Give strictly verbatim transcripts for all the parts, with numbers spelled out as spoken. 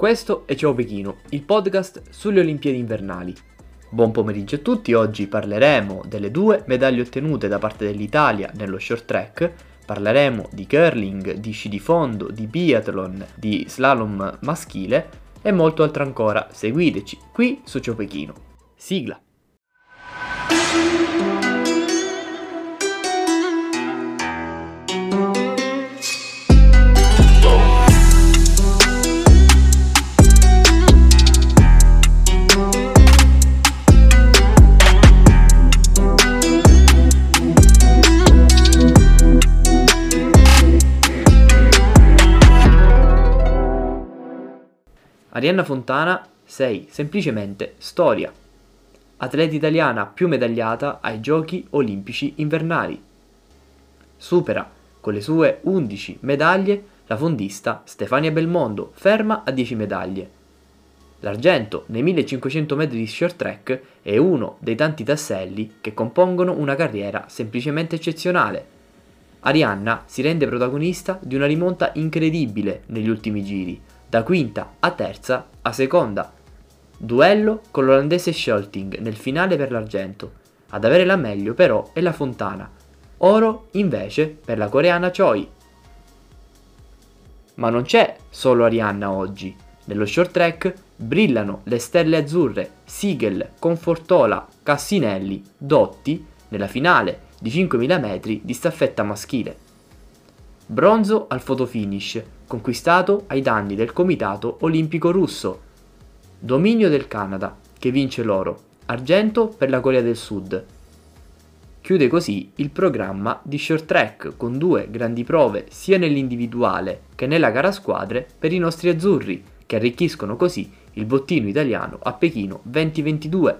Questo è Ciao Pechino, il podcast sulle Olimpiadi invernali. Buon pomeriggio a tutti, oggi parleremo delle due medaglie ottenute da parte dell'Italia nello short track, parleremo di curling, di sci di fondo, di biathlon, di slalom maschile e molto altro ancora. Seguiteci qui su Ciao Pechino. Sigla! Arianna Fontana, sei semplicemente storia. Atleta italiana più medagliata ai Giochi Olimpici Invernali. Supera con le sue undici medaglie la fondista Stefania Belmondo, ferma a dieci medaglie. L'argento nei millecinquecento metri di short track è uno dei tanti tasselli che compongono una carriera semplicemente eccezionale. Arianna si rende protagonista di una rimonta incredibile negli ultimi giri, da quinta a terza a seconda. Duello con l'olandese Scholting nel finale per l'argento. Ad avere la meglio però è la Fontana. Oro invece per la coreana Choi. Ma non c'è solo Arianna oggi. Nello short track brillano le stelle azzurre Sigel, Confortola, Cassinelli, Dotti nella finale di cinquemila metri di staffetta maschile. Bronzo al fotofinish, conquistato ai danni del Comitato Olimpico Russo. Dominio del Canada, che vince l'oro. Argento per la Corea del Sud. Chiude così il programma di short track con due grandi prove sia nell'individuale che nella gara a squadre per i nostri azzurri, che arricchiscono così il bottino italiano a Pechino duemilaventidue.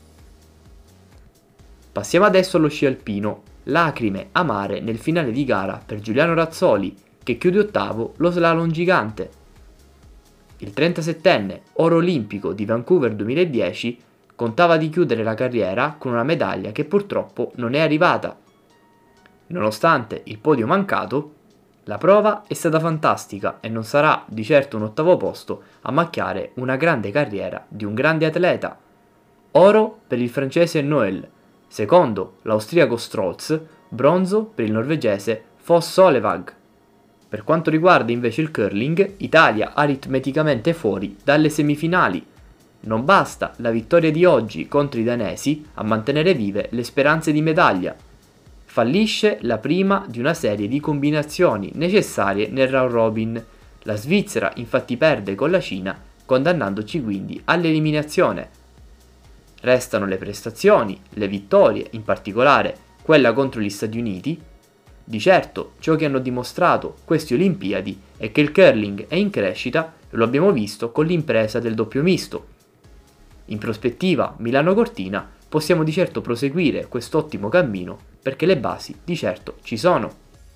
Passiamo adesso allo sci alpino. Lacrime amare nel finale di gara per Giuliano Razzoli, che chiude ottavo lo slalom gigante. Il trentasettenne oro olimpico di Vancouver duemiladieci contava di chiudere la carriera con una medaglia che purtroppo non è arrivata. Nonostante il podio mancato, la prova è stata fantastica e non sarà di certo un ottavo posto a macchiare una grande carriera di un grande atleta. Oro per il francese Noël, secondo l'austriaco Strolz, bronzo per il norvegese Foss Solevag. Per quanto riguarda invece il curling, Italia aritmeticamente fuori dalle semifinali. Non basta la vittoria di oggi contro i danesi a mantenere vive le speranze di medaglia. Fallisce la prima di una serie di combinazioni necessarie nel round robin. La Svizzera infatti perde con la Cina, condannandoci quindi all'eliminazione. Restano le prestazioni, le vittorie, in particolare quella contro gli Stati Uniti. Di certo ciò che hanno dimostrato queste Olimpiadi è che il curling è in crescita e lo abbiamo visto con l'impresa del doppio misto. In prospettiva Milano-Cortina possiamo di certo proseguire quest'ottimo cammino perché le basi di certo ci sono.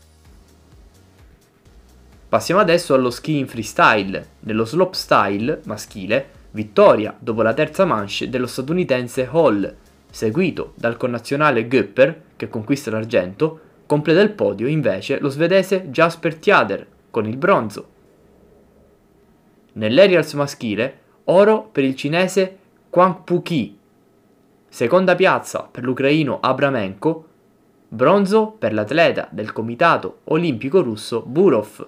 Passiamo adesso allo ski in freestyle. Nello slopestyle maschile, vittoria dopo la terza manche dello statunitense Hall, seguito dal connazionale Göpper che conquista l'argento. Completa il podio invece lo svedese Jasper Tjader con il bronzo. Nell'aerials maschile, oro per il cinese Kwang Pu-ki, seconda piazza per l'ucraino Abramenko, bronzo per l'atleta del Comitato Olimpico Russo Burov.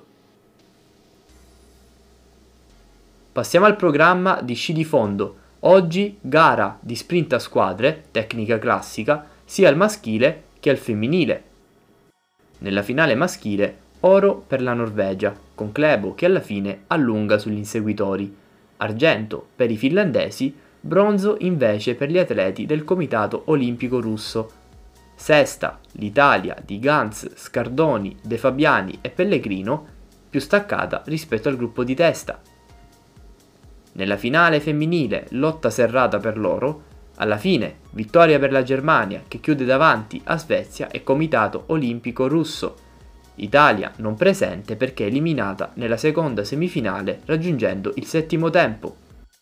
Passiamo al programma di sci di fondo. Oggi gara di sprint a squadre, tecnica classica, sia al maschile che al femminile. Nella finale maschile, oro per la Norvegia, con Klæbo che alla fine allunga sugli inseguitori. Argento per i finlandesi, bronzo invece per gli atleti del Comitato Olimpico Russo. Sesta l'Italia di Ganz, Scardoni, De Fabiani e Pellegrino, più staccata rispetto al gruppo di testa. Nella finale femminile, lotta serrata per l'oro. Alla fine, vittoria per la Germania che chiude davanti a Svezia e Comitato Olimpico Russo. Italia non presente perché eliminata nella seconda semifinale raggiungendo il settimo tempo.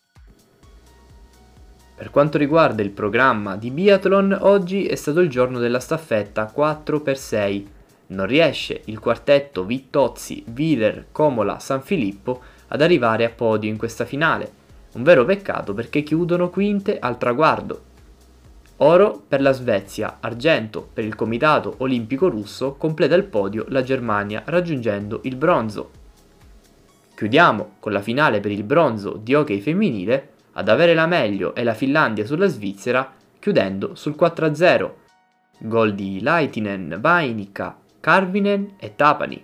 Per quanto riguarda il programma di biathlon, oggi è stato il giorno della staffetta quattro per sei. Non riesce il quartetto Vittozzi, Wieler, Comola, Sanfilippo ad arrivare a podio in questa finale. Un vero peccato perché chiudono quinte al traguardo. Oro per la Svezia, argento per il Comitato Olimpico Russo, completa il podio la Germania raggiungendo il bronzo. Chiudiamo con la finale per il bronzo di hockey femminile, ad avere la meglio è la Finlandia sulla Svizzera, chiudendo sul quattro a zero. Gol di Laitinen, Vainikka, Karvinen e Tapani.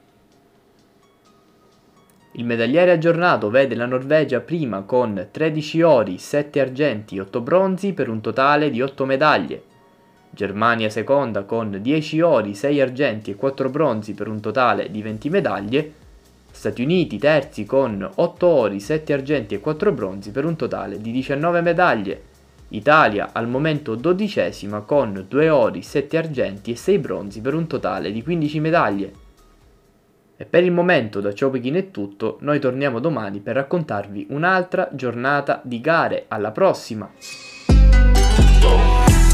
Il medagliere aggiornato vede la Norvegia prima con tredici ori, sette argenti e otto bronzi per un totale di otto medaglie. Germania seconda con dieci ori, sei argenti e quattro bronzi per un totale di venti medaglie. Stati Uniti terzi con otto ori, sette argenti e quattro bronzi per un totale di diciannove medaglie. Italia al momento dodicesima con due ori, sette argenti e sei bronzi per un totale di quindici medaglie. E per il momento da Ciao Pechino è tutto, noi torniamo domani per raccontarvi un'altra giornata di gare. Alla prossima!